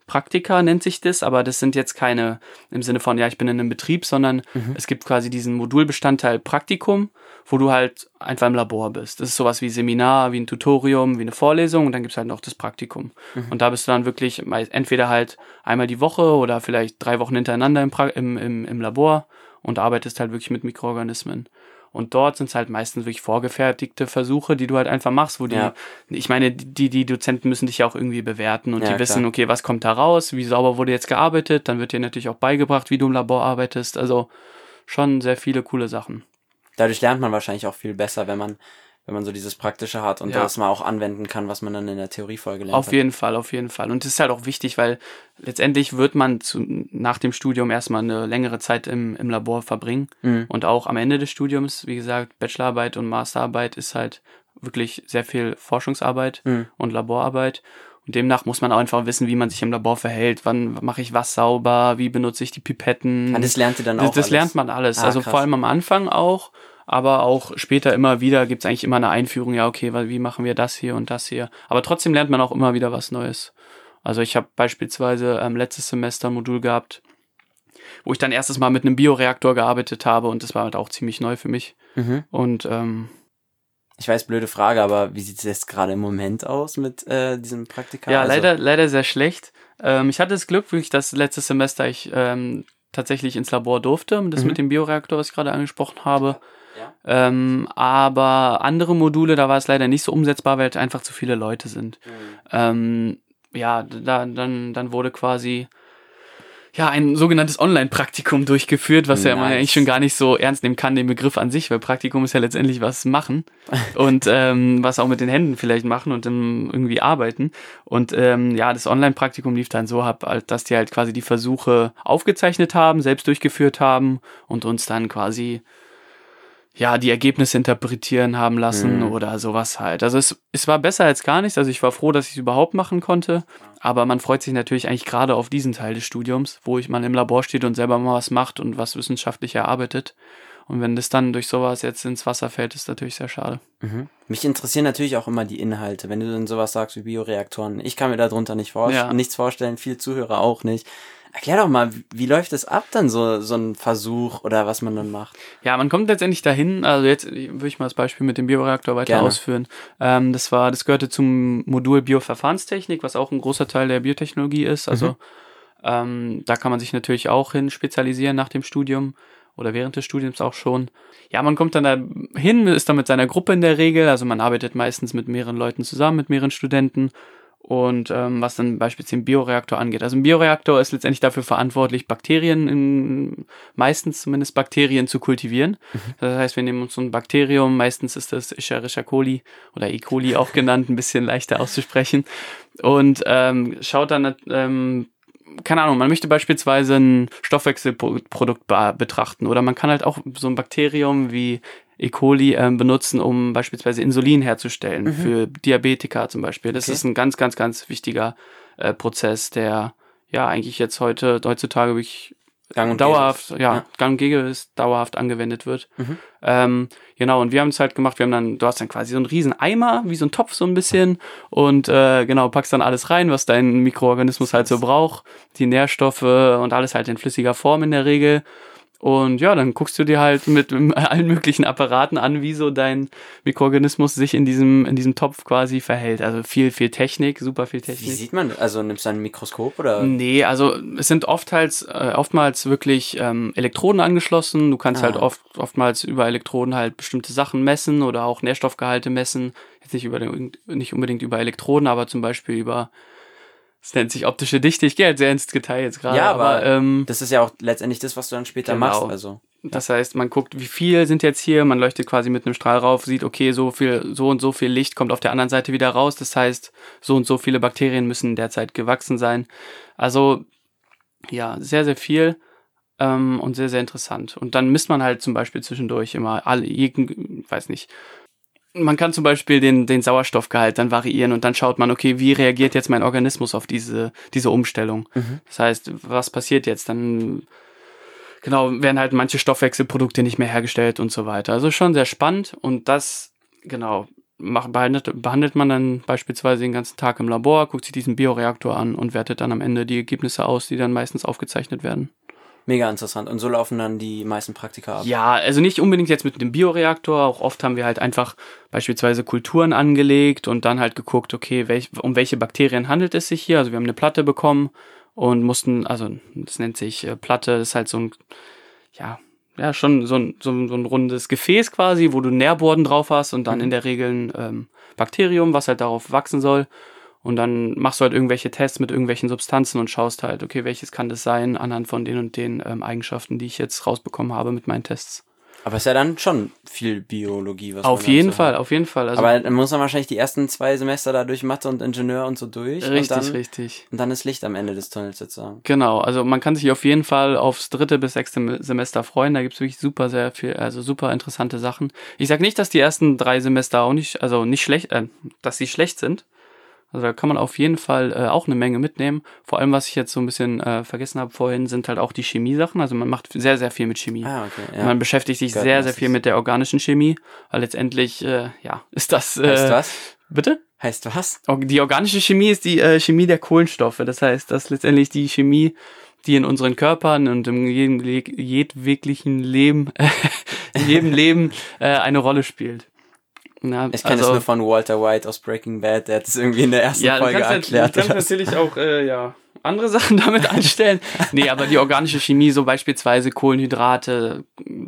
Praktika nennt sich das, aber das sind jetzt keine im Sinne von, ja, ich bin in einem Betrieb, sondern es gibt quasi diesen Modulbestandteil Praktikum, wo du halt einfach im Labor bist. Das ist sowas wie Seminar, wie ein Tutorium, wie eine Vorlesung und dann gibt's halt noch das Praktikum. Und da bist du dann wirklich entweder halt einmal die Woche oder vielleicht 3 Wochen hintereinander im Labor und arbeitest halt wirklich mit Mikroorganismen. Und dort sind es halt meistens wirklich vorgefertigte Versuche, die du halt einfach machst, wo ich meine, die Dozenten müssen dich ja auch irgendwie bewerten und die wissen, okay, was kommt da raus, wie sauber wurde jetzt gearbeitet, dann wird dir natürlich auch beigebracht, wie du im Labor arbeitest, also schon sehr viele coole Sachen. Dadurch lernt man wahrscheinlich auch viel besser, wenn man so dieses Praktische hat und das mal auch anwenden kann, was man dann in der Theoriefolge lernt. Auf jeden Fall. Und das ist halt auch wichtig, weil letztendlich wird man nach dem Studium erstmal eine längere Zeit im Labor verbringen. Und auch am Ende des Studiums, wie gesagt, Bachelorarbeit und Masterarbeit ist halt wirklich sehr viel Forschungsarbeit und Laborarbeit. Und demnach muss man auch einfach wissen, wie man sich im Labor verhält. Wann mache ich was sauber? Wie benutze ich die Pipetten? Das lernt ihr dann auch Das lernt man alles. Also krass. Vor allem am Anfang auch. Aber auch später immer wieder gibt's eigentlich immer eine Einführung, ja okay, wie machen wir das hier und das hier. Aber trotzdem lernt man auch immer wieder was Neues. Also ich habe beispielsweise letztes Semester ein Modul gehabt, wo ich dann erstes Mal mit einem Bioreaktor gearbeitet habe und das war halt auch ziemlich neu für mich. Und ich weiß, blöde Frage, aber wie sieht es jetzt gerade im Moment aus mit diesem Praktika? Ja, leider sehr schlecht. Ich hatte das Glück, wirklich, dass letztes Semester ich tatsächlich ins Labor durfte, das mit dem Bioreaktor, was ich gerade angesprochen habe. Ja. Aber andere Module, da war es leider nicht so umsetzbar, weil halt einfach zu viele Leute sind. Dann wurde quasi ein sogenanntes Online-Praktikum durchgeführt, was man ja eigentlich schon gar nicht so ernst nehmen kann, den Begriff an sich, weil Praktikum ist ja letztendlich was machen und was auch mit den Händen vielleicht machen und irgendwie arbeiten. Und das Online-Praktikum lief dann so ab, dass die halt quasi die Versuche aufgezeichnet haben, selbst durchgeführt haben und uns dann quasi die Ergebnisse interpretieren haben lassen oder sowas halt. Also es war besser als gar nichts. Also ich war froh, dass ich es überhaupt machen konnte. Aber man freut sich natürlich eigentlich gerade auf diesen Teil des Studiums, wo man im Labor steht und selber mal was macht und was wissenschaftlich erarbeitet. Und wenn das dann durch sowas jetzt ins Wasser fällt, ist natürlich sehr schade. Mich interessieren natürlich auch immer die Inhalte. Wenn du dann sowas sagst wie Bioreaktoren, ich kann mir darunter nichts vorstellen, viele Zuhörer auch nicht. Erklär doch mal, wie läuft es ab dann, so ein Versuch oder was man dann macht? Ja, man kommt letztendlich dahin, also jetzt würde ich mal das Beispiel mit dem Bioreaktor weiter ausführen. Das gehörte zum Modul Bioverfahrenstechnik, was auch ein großer Teil der Biotechnologie ist. Also da kann man sich natürlich auch hin spezialisieren nach dem Studium oder während des Studiums auch schon. Ja, man kommt dann da hin, ist dann mit seiner Gruppe in der Regel, also man arbeitet meistens mit mehreren Leuten zusammen, mit mehreren Studenten. Und was dann beispielsweise den Bioreaktor angeht. Also ein Bioreaktor ist letztendlich dafür verantwortlich, meistens zumindest Bakterien zu kultivieren. Das heißt, wir nehmen uns so ein Bakterium, meistens ist das Escherichia coli oder E. coli auch genannt, ein bisschen leichter auszusprechen. Und schaut dann, keine Ahnung, man möchte beispielsweise ein Stoffwechselprodukt betrachten oder man kann halt auch so ein Bakterium wie E. coli benutzen, um beispielsweise Insulin herzustellen, für Diabetiker zum Beispiel. Das ist ein ganz, ganz, ganz wichtiger Prozess, der eigentlich jetzt heutzutage wirklich gang und gäbe ist, dauerhaft angewendet wird. Genau, und wir haben es halt gemacht, du hast dann quasi so einen riesen Eimer, wie so ein Topf so ein bisschen und packst dann alles rein, was dein Mikroorganismus halt so braucht, die Nährstoffe und alles halt in flüssiger Form in der Regel. Und dann guckst du dir halt mit allen möglichen Apparaten an, wie so dein Mikroorganismus sich in diesem Topf quasi verhält. Also viel, viel Technik, super viel Technik. Wie sieht man? Also nimmst du ein Mikroskop oder? Nee, also es sind oftmals wirklich Elektroden angeschlossen. Du kannst halt oftmals über Elektroden halt bestimmte Sachen messen oder auch Nährstoffgehalte messen. Jetzt nicht unbedingt über Elektroden, aber zum Beispiel über es nennt sich optische Dichte. Ich gehe halt sehr ins Detail jetzt gerade. Ja, aber das ist ja auch letztendlich das, was du dann später machst. Also Das heißt, man guckt, wie viel sind jetzt hier, man leuchtet quasi mit einem Strahl rauf, sieht, okay, so und so viel Licht kommt auf der anderen Seite wieder raus. Das heißt, so und so viele Bakterien müssen derzeit gewachsen sein. Also sehr, sehr viel und sehr, sehr interessant. Und dann misst man halt zum Beispiel zwischendurch immer man kann zum Beispiel den Sauerstoffgehalt dann variieren und dann schaut man, okay, wie reagiert jetzt mein Organismus auf diese Umstellung? Das heißt, was passiert jetzt? Dann werden halt manche Stoffwechselprodukte nicht mehr hergestellt und so weiter. Also schon sehr spannend und das, behandelt man dann beispielsweise den ganzen Tag im Labor, guckt sich diesen Bioreaktor an und wertet dann am Ende die Ergebnisse aus, die dann meistens aufgezeichnet werden. Mega interessant. Und so laufen dann die meisten Praktika ab? Ja, also nicht unbedingt jetzt mit dem Bioreaktor. Auch oft haben wir halt einfach beispielsweise Kulturen angelegt und dann halt geguckt, okay, um welche Bakterien handelt es sich hier? Also wir haben eine Platte bekommen und mussten, also das nennt sich Platte, das ist halt so ein, schon so ein rundes Gefäß quasi, wo du Nährboden drauf hast und dann in der Regel ein Bakterium, was halt darauf wachsen soll. Und dann machst du halt irgendwelche Tests mit irgendwelchen Substanzen und schaust halt, okay, welches kann das sein, anhand von den und den Eigenschaften, die ich jetzt rausbekommen habe mit meinen Tests. Aber es ist ja dann schon viel Biologie, was auf jeden Fall. Also, aber dann muss man wahrscheinlich die ersten 2 Semester da durch Mathe und Ingenieur und so durch. Richtig. Und dann ist Licht am Ende des Tunnels sozusagen. Genau, also man kann sich auf jeden Fall aufs 3. bis 6. Semester freuen. Da gibt's wirklich super interessante Sachen. Ich sag nicht, dass die ersten 3 Semester auch nicht schlecht, dass sie schlecht sind. Also da kann man auf jeden Fall auch eine Menge mitnehmen. Vor allem, was ich jetzt so ein bisschen vergessen habe vorhin, sind halt auch die Chemie-Sachen. Also man macht sehr, sehr viel mit Chemie. Okay. Ja. Man beschäftigt sich sehr, sehr viel mit der organischen Chemie, weil letztendlich, ist das... heißt was? Bitte? Heißt was? Die organische Chemie ist die Chemie der Kohlenstoffe. Das heißt, das ist letztendlich die Chemie, die in unseren Körpern und in jedem Leben eine Rolle spielt. Na, ich kenne es nur von Walter White aus Breaking Bad, der hat es irgendwie in der ersten Folge erklärt. Du kannst natürlich auch andere Sachen damit anstellen. Nee, aber die organische Chemie, so beispielsweise Kohlenhydrate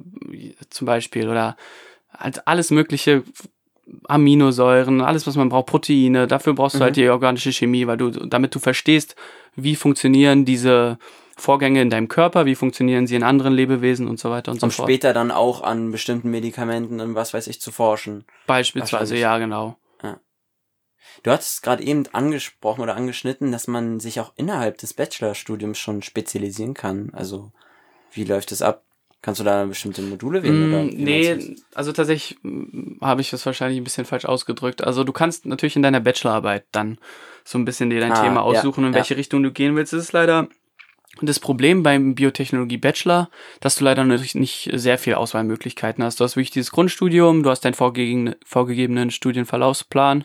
zum Beispiel oder halt alles mögliche, Aminosäuren, alles was man braucht, Proteine, dafür brauchst du halt die organische Chemie, damit du verstehst, wie funktionieren diese Vorgänge in deinem Körper, wie funktionieren sie in anderen Lebewesen und so weiter und so fort. Um später dann auch an bestimmten Medikamenten und was weiß ich zu forschen. Beispielsweise, ja, genau. Ja. Du hattest gerade eben angesprochen oder angeschnitten, dass man sich auch innerhalb des Bachelorstudiums schon spezialisieren kann. Also, wie läuft es ab? Kannst du da bestimmte Module wählen? Oder nee, also tatsächlich habe ich das wahrscheinlich ein bisschen falsch ausgedrückt. Also du kannst natürlich in deiner Bachelorarbeit dann so ein bisschen dir dein Thema aussuchen, in welche Richtung du gehen willst. Das ist leider das Problem beim Biotechnologie-Bachelor, dass du leider natürlich nicht sehr viel Auswahlmöglichkeiten hast. Du hast wirklich dieses Grundstudium, du hast deinen vorgegebenen Studienverlaufsplan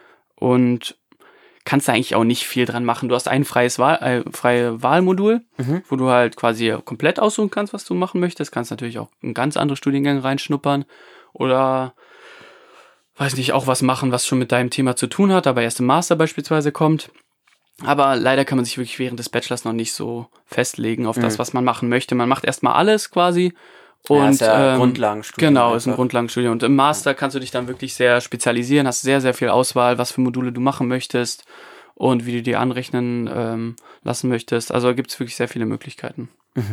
und kannst da eigentlich auch nicht viel dran machen. Du hast ein freie Wahlmodul, wo du halt quasi komplett aussuchen kannst, was du machen möchtest. Kannst natürlich auch in ganz andere Studiengänge reinschnuppern oder weiß nicht, auch was machen, was schon mit deinem Thema zu tun hat, aber erst im Master beispielsweise kommt. Aber leider kann man sich wirklich während des Bachelors noch nicht so festlegen auf das, was man machen möchte. Man macht erstmal alles quasi. Und ist ja Grundlagenstudium. Genau, ist ein Grundlagenstudium. Und im Master kannst du dich dann wirklich sehr spezialisieren, hast sehr, sehr viel Auswahl, was für Module du machen möchtest und wie du dir anrechnen lassen möchtest. Also gibt es wirklich sehr viele Möglichkeiten.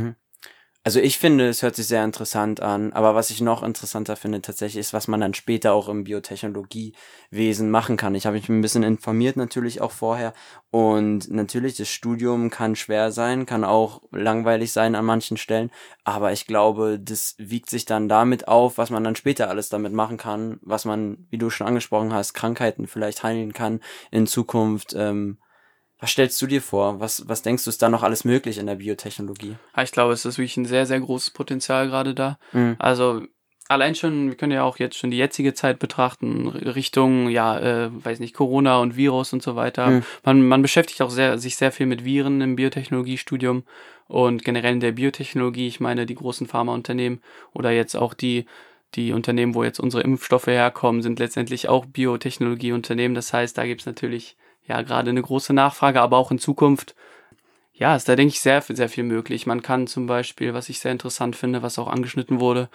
Also ich finde, es hört sich sehr interessant an, aber was ich noch interessanter finde tatsächlich ist, was man dann später auch im Biotechnologiewesen machen kann. Ich habe mich ein bisschen informiert natürlich auch vorher und natürlich das Studium kann schwer sein, kann auch langweilig sein an manchen Stellen, aber ich glaube, das wiegt sich dann damit auf, was man dann später alles damit machen kann, was man, wie du schon angesprochen hast, Krankheiten vielleicht heilen kann in Zukunft. Was stellst du dir vor? Was denkst du, ist da noch alles möglich in der Biotechnologie? Ja, ich glaube, es ist wirklich ein sehr, sehr großes Potenzial gerade da. Also allein schon, wir können ja auch jetzt schon die jetzige Zeit betrachten, Richtung, weiß nicht, Corona und Virus und so weiter. Man beschäftigt auch sich sehr viel mit Viren im Biotechnologiestudium und generell in der Biotechnologie. Ich meine, die großen Pharmaunternehmen oder jetzt auch die Unternehmen, wo jetzt unsere Impfstoffe herkommen, sind letztendlich auch Biotechnologieunternehmen. Das heißt, da gibt's natürlich gerade eine große Nachfrage, aber auch in Zukunft, ist da, denke ich, sehr, sehr viel möglich. Man kann zum Beispiel, was ich sehr interessant finde, was auch angeschnitten wurde,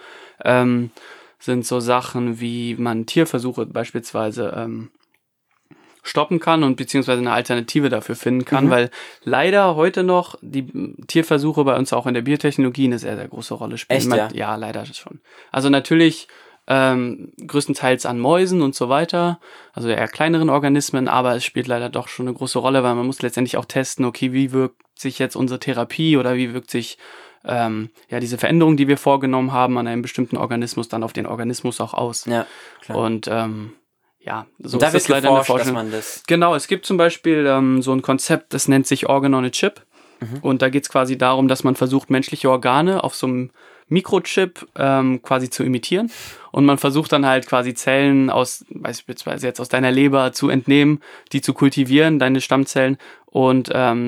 sind so Sachen, wie man Tierversuche beispielsweise stoppen kann und beziehungsweise eine Alternative dafür finden kann, weil leider heute noch die Tierversuche bei uns auch in der Biotechnologie eine sehr, sehr große Rolle spielen. Echt, ja, leider schon. Also natürlich größtenteils an Mäusen und so weiter, also eher kleineren Organismen, aber es spielt leider doch schon eine große Rolle, weil man muss letztendlich auch testen, okay, wie wirkt sich jetzt unsere Therapie oder wie wirkt sich diese Veränderung, die wir vorgenommen haben an einem bestimmten Organismus, dann auf den Organismus auch aus. Ja, klar. Und so und da ist wird das leider eine geforscht, dass Forschung. man das... Genau, es gibt zum Beispiel so ein Konzept, das nennt sich Organ on a Chip. Und da geht es quasi darum, dass man versucht, menschliche Organe auf so einem Mikrochip quasi zu imitieren. Und man versucht dann halt quasi Zellen aus, beispielsweise jetzt aus deiner Leber zu entnehmen, die zu kultivieren, deine Stammzellen, und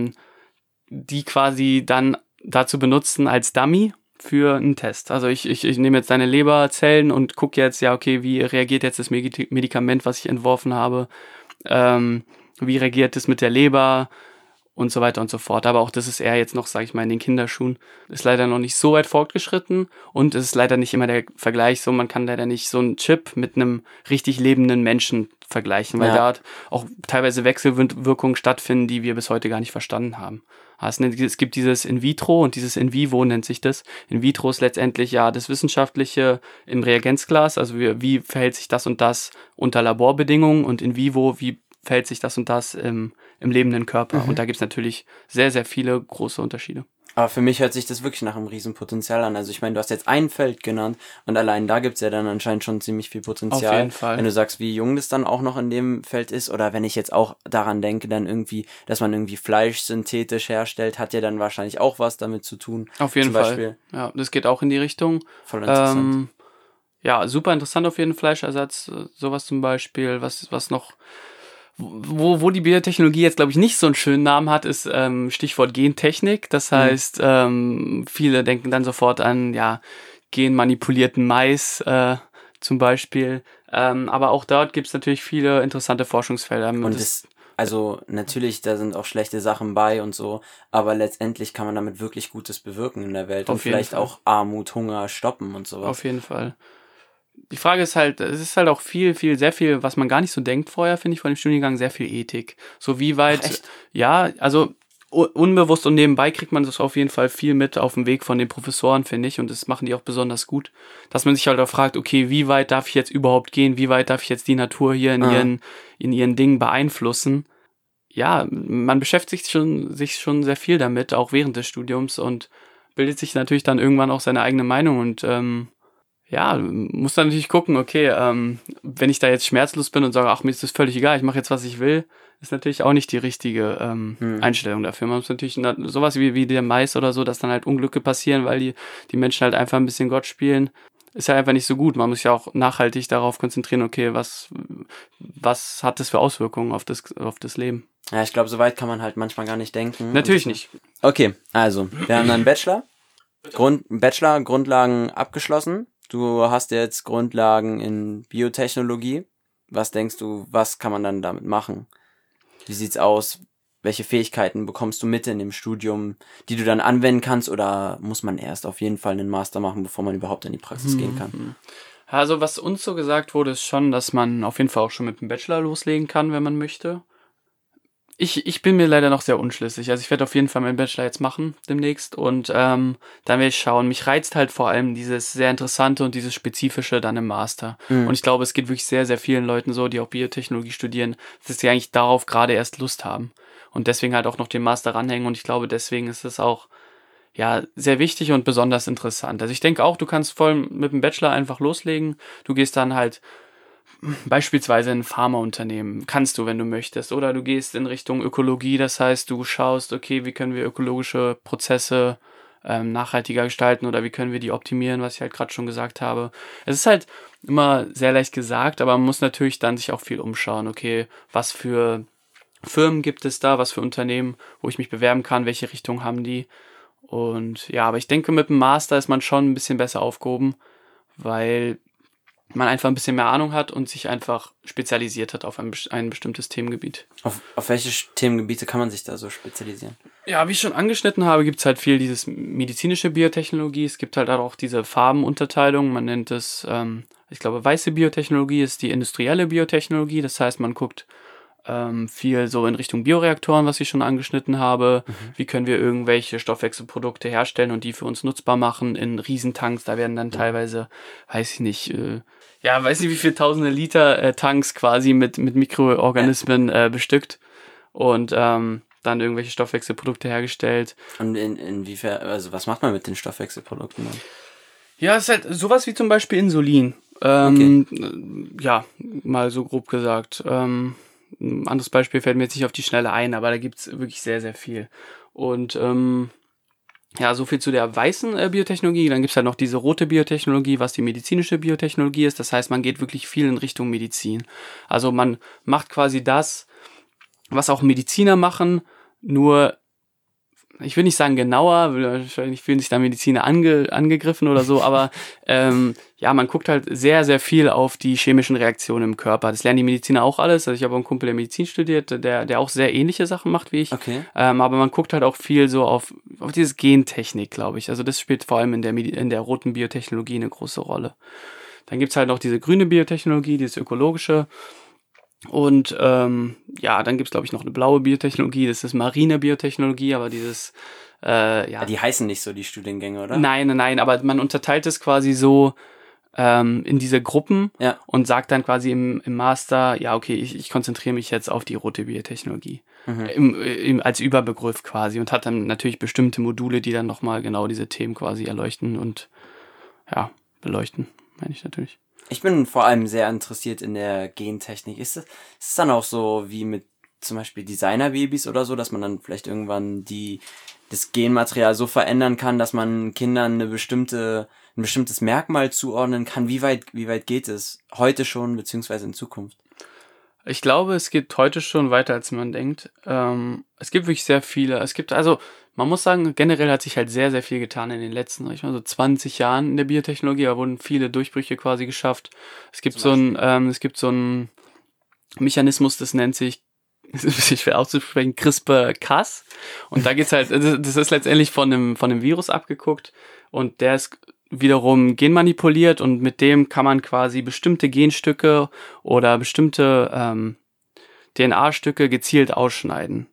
die quasi dann dazu benutzen als Dummy für einen Test. Also ich nehme jetzt deine Leberzellen und gucke jetzt, ja, okay, wie reagiert jetzt das Medikament, was ich entworfen habe, wie reagiert es mit der Leber und so weiter und so fort. Aber auch das ist eher jetzt noch, sage ich mal, in den Kinderschuhen. Ist leider noch nicht so weit fortgeschritten und es ist leider nicht immer der Vergleich so, man kann leider nicht so einen Chip mit einem richtig lebenden Menschen vergleichen, weil da auch teilweise Wechselwirkungen stattfinden, die wir bis heute gar nicht verstanden haben. Es gibt dieses In vitro und dieses In vivo nennt sich das. In vitro ist letztendlich ja das Wissenschaftliche im Reagenzglas, also wie verhält sich das und das unter Laborbedingungen, und in vivo, wie verhält sich das und das im lebenden Körper. Und da gibt es natürlich sehr, sehr viele große Unterschiede. Aber für mich hört sich das wirklich nach einem Riesenpotenzial an. Also ich meine, du hast jetzt ein Feld genannt und allein da gibt's ja dann anscheinend schon ziemlich viel Potenzial. Auf jeden Fall. Wenn du sagst, wie jung das dann auch noch in dem Feld ist, oder wenn ich jetzt auch daran denke, dann irgendwie, dass man irgendwie Fleisch synthetisch herstellt, hat ja dann wahrscheinlich auch was damit zu tun. Auf jeden Fall. Beispiel. Ja, das geht auch in die Richtung. Voll interessant. Ja, super interessant auf jeden Fleischersatz. Sowas zum Beispiel, was noch... Wo die Biotechnologie jetzt, glaube ich, nicht so einen schönen Namen hat, ist Stichwort Gentechnik. Das heißt, viele denken dann sofort an, ja, genmanipulierten Mais zum Beispiel. Aber auch dort gibt es natürlich viele interessante Forschungsfelder. Und also natürlich, da sind auch schlechte Sachen bei und so, aber letztendlich kann man damit wirklich Gutes bewirken in der Welt und vielleicht auch Armut, Hunger stoppen und sowas. Auf jeden Fall. Die Frage ist halt, es ist halt auch sehr viel, was man gar nicht so denkt vorher, finde ich, von dem Studiengang, sehr viel Ethik. So wie weit, Ach, echt? Ja, also unbewusst und nebenbei kriegt man das auf jeden Fall viel mit auf dem Weg von den Professoren, finde ich, und das machen die auch besonders gut, dass man sich halt auch fragt, okay, wie weit darf ich jetzt überhaupt gehen, wie weit darf ich jetzt die Natur hier in ihren Dingen beeinflussen? Ja, man beschäftigt sich schon sehr viel damit, auch während des Studiums, und bildet sich natürlich dann irgendwann auch seine eigene Meinung und ja, muss dann natürlich gucken, okay, wenn ich da jetzt schmerzlos bin und sage, ach, mir ist das völlig egal, ich mache jetzt, was ich will, ist natürlich auch nicht die richtige Einstellung dafür. Man muss natürlich sowas wie der Mais oder so, dass dann halt Unglücke passieren, weil die Menschen halt einfach ein bisschen Gott spielen, ist ja einfach nicht so gut. Man muss ja auch nachhaltig darauf konzentrieren, okay, was hat das für Auswirkungen auf das Leben? Ja, ich glaube, so weit kann man halt manchmal gar nicht denken. Natürlich nicht. Okay, also, wir haben dann Bachelor, Grundlagen abgeschlossen. Du hast jetzt Grundlagen in Biotechnologie. Was denkst du, was kann man dann damit machen? Wie sieht's aus? Welche Fähigkeiten bekommst du mit in dem Studium, die du dann anwenden kannst, oder muss man erst auf jeden Fall einen Master machen, bevor man überhaupt in die Praxis gehen kann? Also was uns so gesagt wurde, ist schon, dass man auf jeden Fall auch schon mit dem Bachelor loslegen kann, wenn man möchte. Ich bin mir leider noch sehr unschlüssig. Also ich werde auf jeden Fall meinen Bachelor jetzt machen demnächst und dann werde ich schauen. Mich reizt halt vor allem dieses sehr Interessante und dieses Spezifische dann im Master. Und ich glaube, es geht wirklich sehr, sehr vielen Leuten so, die auch Biotechnologie studieren, dass sie eigentlich darauf gerade erst Lust haben. Und deswegen halt auch noch den Master ranhängen. Und ich glaube, deswegen ist es auch ja sehr wichtig und besonders interessant. Also ich denke auch, du kannst voll mit dem Bachelor einfach loslegen. Du gehst dann halt beispielsweise in ein Pharmaunternehmen, kannst du, wenn du möchtest. Oder du gehst in Richtung Ökologie, das heißt, du schaust, okay, wie können wir ökologische Prozesse nachhaltiger gestalten oder wie können wir die optimieren, was ich halt gerade schon gesagt habe. Es ist halt immer sehr leicht gesagt, aber man muss natürlich dann sich auch viel umschauen, okay, was für Firmen gibt es da, was für Unternehmen, wo ich mich bewerben kann, welche Richtung haben die. Und ja, aber ich denke, mit dem Master ist man schon ein bisschen besser aufgehoben, weil man einfach ein bisschen mehr Ahnung hat und sich einfach spezialisiert hat auf ein bestimmtes Themengebiet. Auf welche Themengebiete kann man sich da so spezialisieren? Ja, wie ich schon angeschnitten habe, gibt es halt viel dieses medizinische Biotechnologie. Es gibt halt auch diese Farbenunterteilung. Man nennt es, ich glaube, weiße Biotechnologie ist die industrielle Biotechnologie. Das heißt, man guckt viel so in Richtung Bioreaktoren, was ich schon angeschnitten habe. Wie können wir irgendwelche Stoffwechselprodukte herstellen und die für uns nutzbar machen in Riesentanks. Da werden dann teilweise, weiß ich nicht wie viele tausende Liter Tanks quasi mit Mikroorganismen bestückt und dann irgendwelche Stoffwechselprodukte hergestellt. Und inwiefern, also was macht man mit den Stoffwechselprodukten dann? Ja, es ist halt sowas wie zum Beispiel Insulin. Ja, mal so grob gesagt. Ein anderes Beispiel fällt mir jetzt nicht auf die Schnelle ein, aber da gibt's wirklich sehr, sehr viel. Und Ja, so viel zu der weißen Biotechnologie. Dann gibt's halt noch diese rote Biotechnologie, was die medizinische Biotechnologie ist. Das heißt, man geht wirklich viel in Richtung Medizin. Also man macht quasi das, was auch Mediziner machen, nur, ich will nicht sagen genauer, wahrscheinlich fühlen sich da Mediziner angegriffen oder so, aber ja, man guckt halt sehr, sehr viel auf die chemischen Reaktionen im Körper. Das lernen die Mediziner auch alles. Also ich habe auch einen Kumpel, der Medizin studiert, der auch sehr ähnliche Sachen macht wie ich. Okay. Aber man guckt halt auch viel so auf dieses Gentechnik, glaube ich. Also das spielt vor allem in der roten Biotechnologie eine große Rolle. Dann gibt's halt noch diese grüne Biotechnologie, dieses ökologische. Und ja, dann gibt's glaube ich noch eine blaue Biotechnologie, das ist marine Biotechnologie, aber dieses ja. Die heißen nicht so, die Studiengänge, oder? Nein, aber man unterteilt es quasi so in diese Gruppen und sagt dann quasi im Master, ja okay, ich konzentriere mich jetzt auf die rote Biotechnologie. Als Überbegriff quasi und hat dann natürlich bestimmte Module, die dann nochmal genau diese Themen quasi erleuchten und ja, beleuchten, meine ich natürlich. Ich bin vor allem sehr interessiert in der Gentechnik. Ist es dann auch so wie mit zum Beispiel Designerbabys oder so, dass man dann vielleicht irgendwann das Genmaterial so verändern kann, dass man Kindern ein bestimmtes Merkmal zuordnen kann? Wie weit geht es heute schon, beziehungsweise in Zukunft? Ich glaube, es geht heute schon weiter, als man denkt. Es gibt wirklich sehr viele. Man muss sagen, generell hat sich halt sehr, sehr viel getan in den letzten, ich meine, so 20 Jahren in der Biotechnologie. Da wurden viele Durchbrüche quasi geschafft. Es gibt so einen Mechanismus, das nennt sich, das ist ein bisschen schwer auszusprechen, CRISPR-Cas. Und da geht's halt, das ist letztendlich von einem Virus abgeguckt und der ist wiederum genmanipuliert und mit dem kann man quasi bestimmte Genstücke oder bestimmte DNA-Stücke gezielt ausschneiden.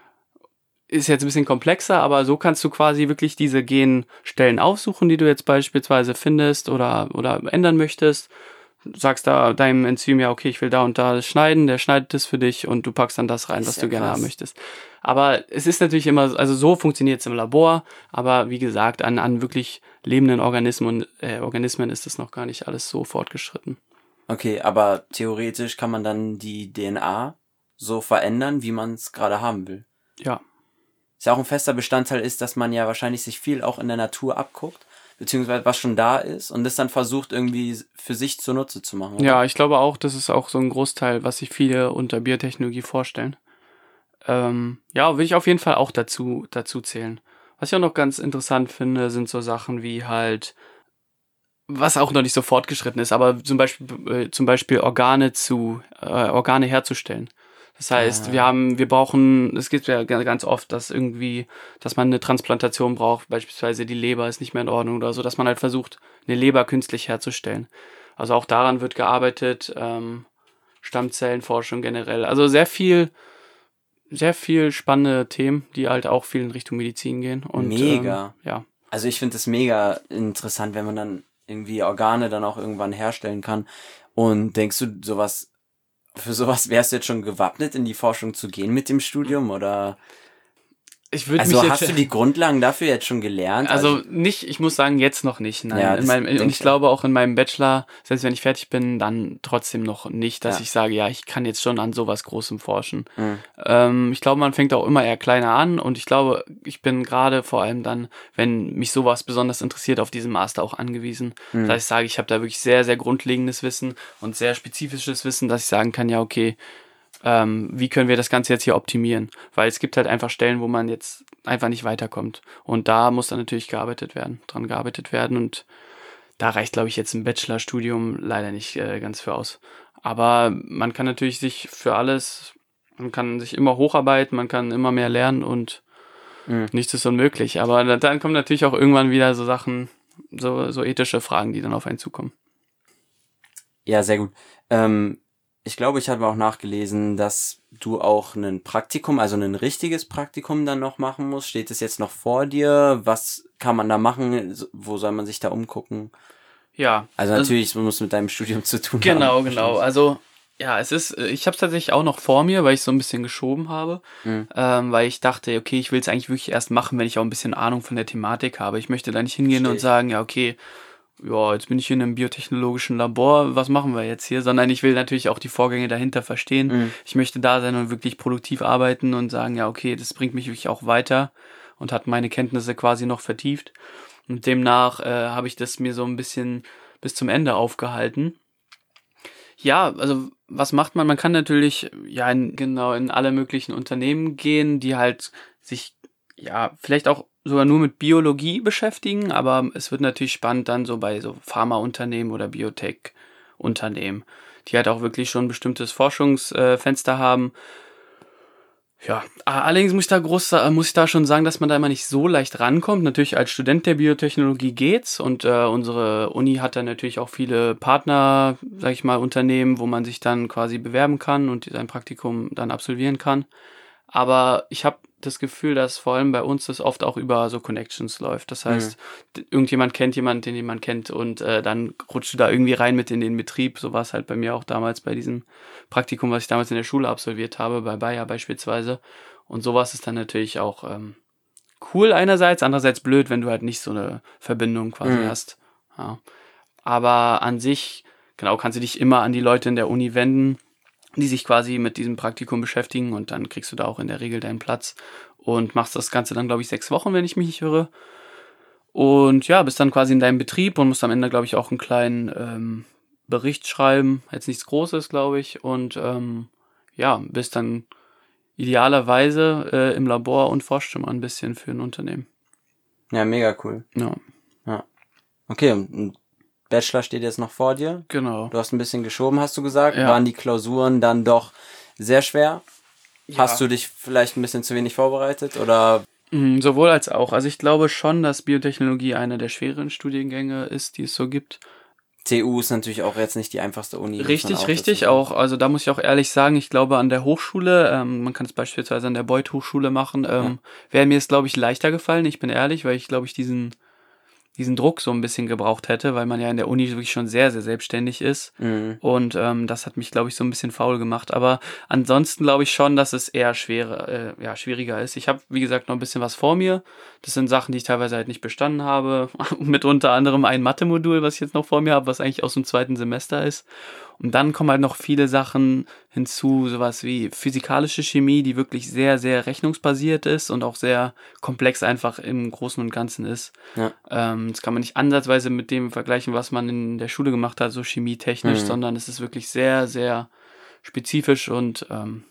Ist jetzt ein bisschen komplexer, aber so kannst du quasi wirklich diese Genstellen aufsuchen, die du jetzt beispielsweise findest oder ändern möchtest. Sagst da deinem Enzym, ja okay, ich will da und da schneiden, der schneidet das für dich und du packst dann das rein, was du gerne haben möchtest. Aber es ist natürlich immer, also so funktioniert es im Labor, aber wie gesagt, an wirklich lebenden Organismen ist das noch gar nicht alles so fortgeschritten. Okay, aber theoretisch kann man dann die DNA so verändern, wie man es gerade haben will. Ja. Ist ja auch ein fester Bestandteil ist, dass man ja wahrscheinlich sich viel auch in der Natur abguckt, beziehungsweise was schon da ist und das dann versucht irgendwie für sich zunutze zu machen. Oder? Ja, ich glaube auch, das ist auch so ein Großteil, was sich viele unter Biotechnologie vorstellen. Ja, will ich auf jeden Fall auch dazu zählen. Was ich auch noch ganz interessant finde, sind so Sachen wie halt, was auch noch nicht so fortgeschritten ist, aber zum Beispiel Organe herzustellen. Das heißt, wir brauchen, es gibt ja ganz oft, dass man eine Transplantation braucht, beispielsweise die Leber ist nicht mehr in Ordnung oder so, dass man halt versucht, eine Leber künstlich herzustellen. Also auch daran wird gearbeitet, Stammzellenforschung generell. Also sehr viel spannende Themen, die halt auch viel in Richtung Medizin gehen. Und, mega. Ja. Also ich finde das mega interessant, wenn man dann irgendwie Organe dann auch irgendwann herstellen kann. Und denkst du, für sowas wärst du jetzt schon gewappnet, in die Forschung zu gehen mit dem Studium, oder? Hast du die Grundlagen dafür jetzt schon gelernt? Also nicht, ich muss sagen, jetzt noch nicht, nein. Ja, und ich glaube auch in meinem Bachelor, selbst wenn ich fertig bin, dann trotzdem noch nicht, dass ich sage, ja, ich kann jetzt schon an sowas Großem forschen. Ich glaube, man fängt auch immer eher kleiner an und ich glaube, ich bin gerade vor allem dann, wenn mich sowas besonders interessiert, auf diesen Master auch angewiesen. Das heißt, ich sage, ich habe da wirklich sehr, sehr grundlegendes Wissen und sehr spezifisches Wissen, dass ich sagen kann, ja, okay, wie können wir das Ganze jetzt hier optimieren? Weil es gibt halt einfach Stellen, wo man jetzt einfach nicht weiterkommt. Und da muss dann natürlich dran gearbeitet werden. Und da reicht, glaube ich, jetzt ein Bachelorstudium leider nicht ganz für aus. Aber man kann natürlich man kann sich immer hocharbeiten, man kann immer mehr lernen und nichts ist unmöglich. Aber dann kommen natürlich auch irgendwann wieder so Sachen, so ethische Fragen, die dann auf einen zukommen. Ja, sehr gut. Ich glaube, ich habe auch nachgelesen, dass du auch ein Praktikum, also ein richtiges Praktikum dann noch machen musst. Steht es jetzt noch vor dir? Was kann man da machen? Wo soll man sich da umgucken? Ja. Also natürlich muss es mit deinem Studium zu tun haben. Genau. Also ja, ich habe es tatsächlich auch noch vor mir, weil ich so ein bisschen geschoben habe, weil ich dachte, okay, ich will es eigentlich wirklich erst machen, wenn ich auch ein bisschen Ahnung von der Thematik habe. Ich möchte da nicht hingehen und sagen, ja, okay, ja, jetzt bin ich hier in einem biotechnologischen Labor, was machen wir jetzt hier? Sondern ich will natürlich auch die Vorgänge dahinter verstehen. Ich möchte da sein und wirklich produktiv arbeiten und sagen, ja, okay, das bringt mich wirklich auch weiter. und hat meine Kenntnisse quasi noch vertieft. Und demnach habe ich das mir so ein bisschen bis zum Ende aufgehalten. Ja, also was macht man? Man kann natürlich ja in alle möglichen Unternehmen gehen, die halt sich ja vielleicht auch sogar nur mit Biologie beschäftigen, aber es wird natürlich spannend dann so bei so Pharmaunternehmen oder Biotech-Unternehmen, die halt auch wirklich schon ein bestimmtes Forschungsfenster haben. Ja, allerdings muss ich da schon sagen, dass man da immer nicht so leicht rankommt. Natürlich als Student der Biotechnologie geht's und unsere Uni hat dann natürlich auch viele Partner, sag ich mal, Unternehmen, wo man sich dann quasi bewerben kann und sein Praktikum dann absolvieren kann. Aber ich habe das Gefühl, dass vor allem bei uns das oft auch über so Connections läuft. Das heißt, irgendjemand kennt jemanden, den jemand kennt und dann rutscht du da irgendwie rein mit in den Betrieb. So war es halt bei mir auch damals bei diesem Praktikum, was ich damals in der Schule absolviert habe, bei Bayer beispielsweise. Und sowas ist dann natürlich auch cool einerseits, andererseits blöd, wenn du halt nicht so eine Verbindung quasi hast. Ja. Aber an sich, genau, kannst du dich immer an die Leute in der Uni wenden, die sich quasi mit diesem Praktikum beschäftigen und dann kriegst du da auch in der Regel deinen Platz und machst das Ganze dann, glaube ich, 6 Wochen, wenn ich mich nicht irre. Und ja, bist dann quasi in deinem Betrieb und musst am Ende, glaube ich, auch einen kleinen Bericht schreiben. Jetzt nichts Großes, glaube ich. Und ja, bist dann idealerweise im Labor und forscht schon mal ein bisschen für ein Unternehmen. Ja, mega cool. Ja. Okay, und Bachelor steht jetzt noch vor dir. Genau. Du hast ein bisschen geschoben, hast du gesagt. Ja. Waren die Klausuren dann doch sehr schwer? Ja. Hast du dich vielleicht ein bisschen zu wenig vorbereitet oder? Sowohl als auch. Also ich glaube schon, dass Biotechnologie einer der schwereren Studiengänge ist, die es so gibt. TU ist natürlich auch jetzt nicht die einfachste Uni. Richtig auch. Also da muss ich auch ehrlich sagen, ich glaube an der Hochschule, man kann es beispielsweise an der Beuth Hochschule machen, wäre mir es, glaube ich, leichter gefallen. Ich bin ehrlich, weil ich, glaube ich, diesen Druck so ein bisschen gebraucht hätte, weil man ja in der Uni wirklich schon sehr, sehr selbstständig ist. Und das hat mich, glaube ich, so ein bisschen faul gemacht. Aber ansonsten glaube ich schon, dass es eher schwieriger ist. Ich habe, wie gesagt, noch ein bisschen was vor mir. Das sind Sachen, die ich teilweise halt nicht bestanden habe. Mit unter anderem ein Mathe-Modul, was ich jetzt noch vor mir habe, was eigentlich aus dem 2. Semester ist. Und dann kommen halt noch viele Sachen hinzu, sowas wie physikalische Chemie, die wirklich sehr, sehr rechnungsbasiert ist und auch sehr komplex einfach im Großen und Ganzen ist. Ja. Das kann man nicht ansatzweise mit dem vergleichen, was man in der Schule gemacht hat, so chemietechnisch, sondern es ist wirklich sehr, sehr spezifisch und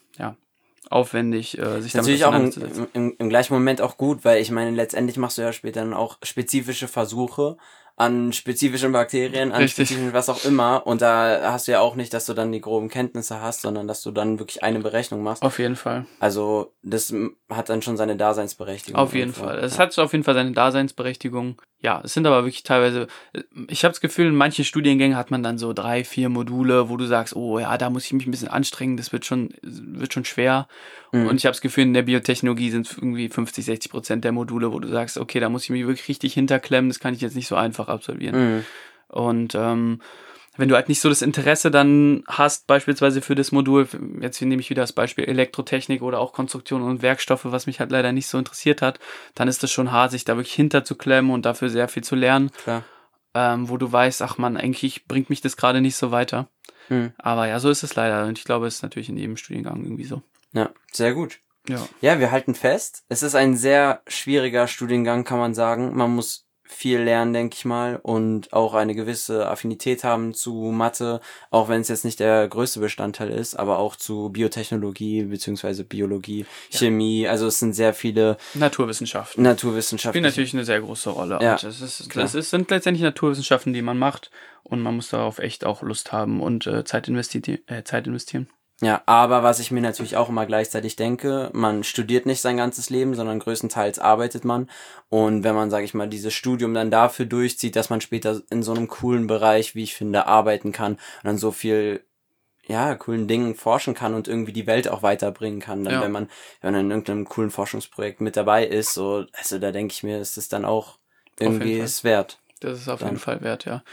aufwendig, sich damit natürlich auch auseinanderzusetzen. im gleichen Moment auch gut, weil ich meine, letztendlich machst du ja später dann auch spezifische Versuche an spezifischen Bakterien, an spezifischen was auch immer, und da hast du ja auch nicht, dass du dann die groben Kenntnisse hast, sondern dass du dann wirklich eine Berechnung machst. Auf jeden Fall. Also das hat dann schon seine Daseinsberechtigung. Auf jeden Fall. Es hat auf jeden Fall seine Daseinsberechtigung. Ja, es sind aber wirklich teilweise, ich habe das Gefühl, in manchen Studiengängen hat man dann so 3, 4 Module, wo du sagst, oh ja, da muss ich mich ein bisschen anstrengen, das wird schon schwer. Und ich habe das Gefühl, in der Biotechnologie sind es irgendwie 50-60% der Module, wo du sagst, okay, da muss ich mich wirklich richtig hinterklemmen, das kann ich jetzt nicht so einfach absolvieren. Und wenn du halt nicht so das Interesse dann hast, beispielsweise für das Modul, jetzt nehme ich wieder das Beispiel Elektrotechnik oder auch Konstruktion und Werkstoffe, was mich halt leider nicht so interessiert hat, dann ist es schon hart, sich da wirklich hinterzuklemmen und dafür sehr viel zu lernen. Klar. Wo du weißt, ach man, eigentlich bringt mich das gerade nicht so weiter. Aber ja, so ist es leider und ich glaube, es ist natürlich in jedem Studiengang irgendwie so. Ja, sehr gut. Ja. Ja, wir halten fest, es ist ein sehr schwieriger Studiengang, kann man sagen. Man muss viel lernen, denke ich mal, und auch eine gewisse Affinität haben zu Mathe, auch wenn es jetzt nicht der größte Bestandteil ist, aber auch zu Biotechnologie beziehungsweise Biologie, Chemie, also es sind sehr viele Naturwissenschaften. Spielen natürlich eine sehr große Rolle. Ja, und sind letztendlich Naturwissenschaften, die man macht und man muss darauf echt auch Lust haben und Zeit investieren. Ja, aber was ich mir natürlich auch immer gleichzeitig denke, man studiert nicht sein ganzes Leben, sondern größtenteils arbeitet man. Und wenn man, sage ich mal, dieses Studium dann dafür durchzieht, dass man später in so einem coolen Bereich, wie ich finde, arbeiten kann und dann so viel, ja, coolen Dingen forschen kann und irgendwie die Welt auch weiterbringen kann, dann wenn man in irgendeinem coolen Forschungsprojekt mit dabei ist, so, also da denke ich mir, ist es dann auch irgendwie es wert. Das ist auf jeden Fall wert, ja.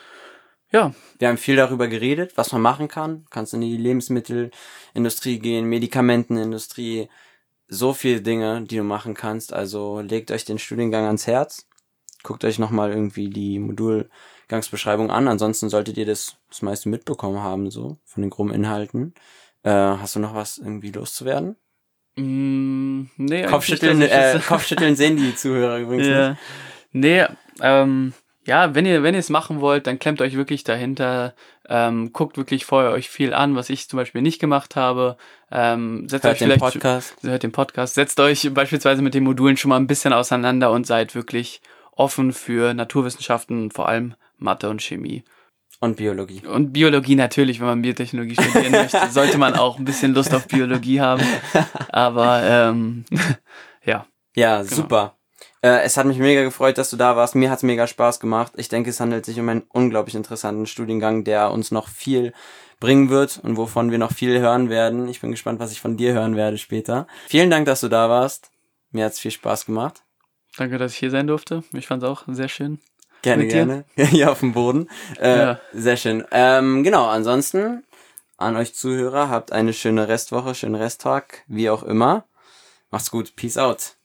Ja, wir haben viel darüber geredet, was man machen kann. Kannst in die Lebensmittelindustrie gehen, Medikamentenindustrie, so viele Dinge, die du machen kannst. Also legt euch den Studiengang ans Herz, guckt euch nochmal irgendwie die Modulgangsbeschreibung an. Ansonsten solltet ihr das meiste mitbekommen haben, so von den groben Inhalten. Hast du noch was irgendwie loszuwerden? Nee, Kopfschütteln, Kopfschütteln sehen die Zuhörer übrigens nicht. Nee, ja, wenn ihr es machen wollt, dann klemmt euch wirklich dahinter, guckt wirklich vorher euch viel an, was ich zum Beispiel nicht gemacht habe. Hört den Podcast, setzt euch beispielsweise mit den Modulen schon mal ein bisschen auseinander und seid wirklich offen für Naturwissenschaften, vor allem Mathe und Chemie. Und Biologie. Und Biologie natürlich, wenn man Biotechnologie studieren möchte, sollte man auch ein bisschen Lust auf Biologie haben. Aber ja. Ja, genau. Super. Es hat mich mega gefreut, dass du da warst. Mir hat's mega Spaß gemacht. Ich denke, es handelt sich um einen unglaublich interessanten Studiengang, der uns noch viel bringen wird und wovon wir noch viel hören werden. Ich bin gespannt, was ich von dir hören werde später. Vielen Dank, dass du da warst. Mir hat's viel Spaß gemacht. Danke, dass ich hier sein durfte. Ich fand's auch sehr schön. Gerne. Hier auf dem Boden. Ja. Sehr schön. Genau, ansonsten an euch Zuhörer, habt eine schöne Restwoche, schönen Resttag, wie auch immer. Macht's gut. Peace out.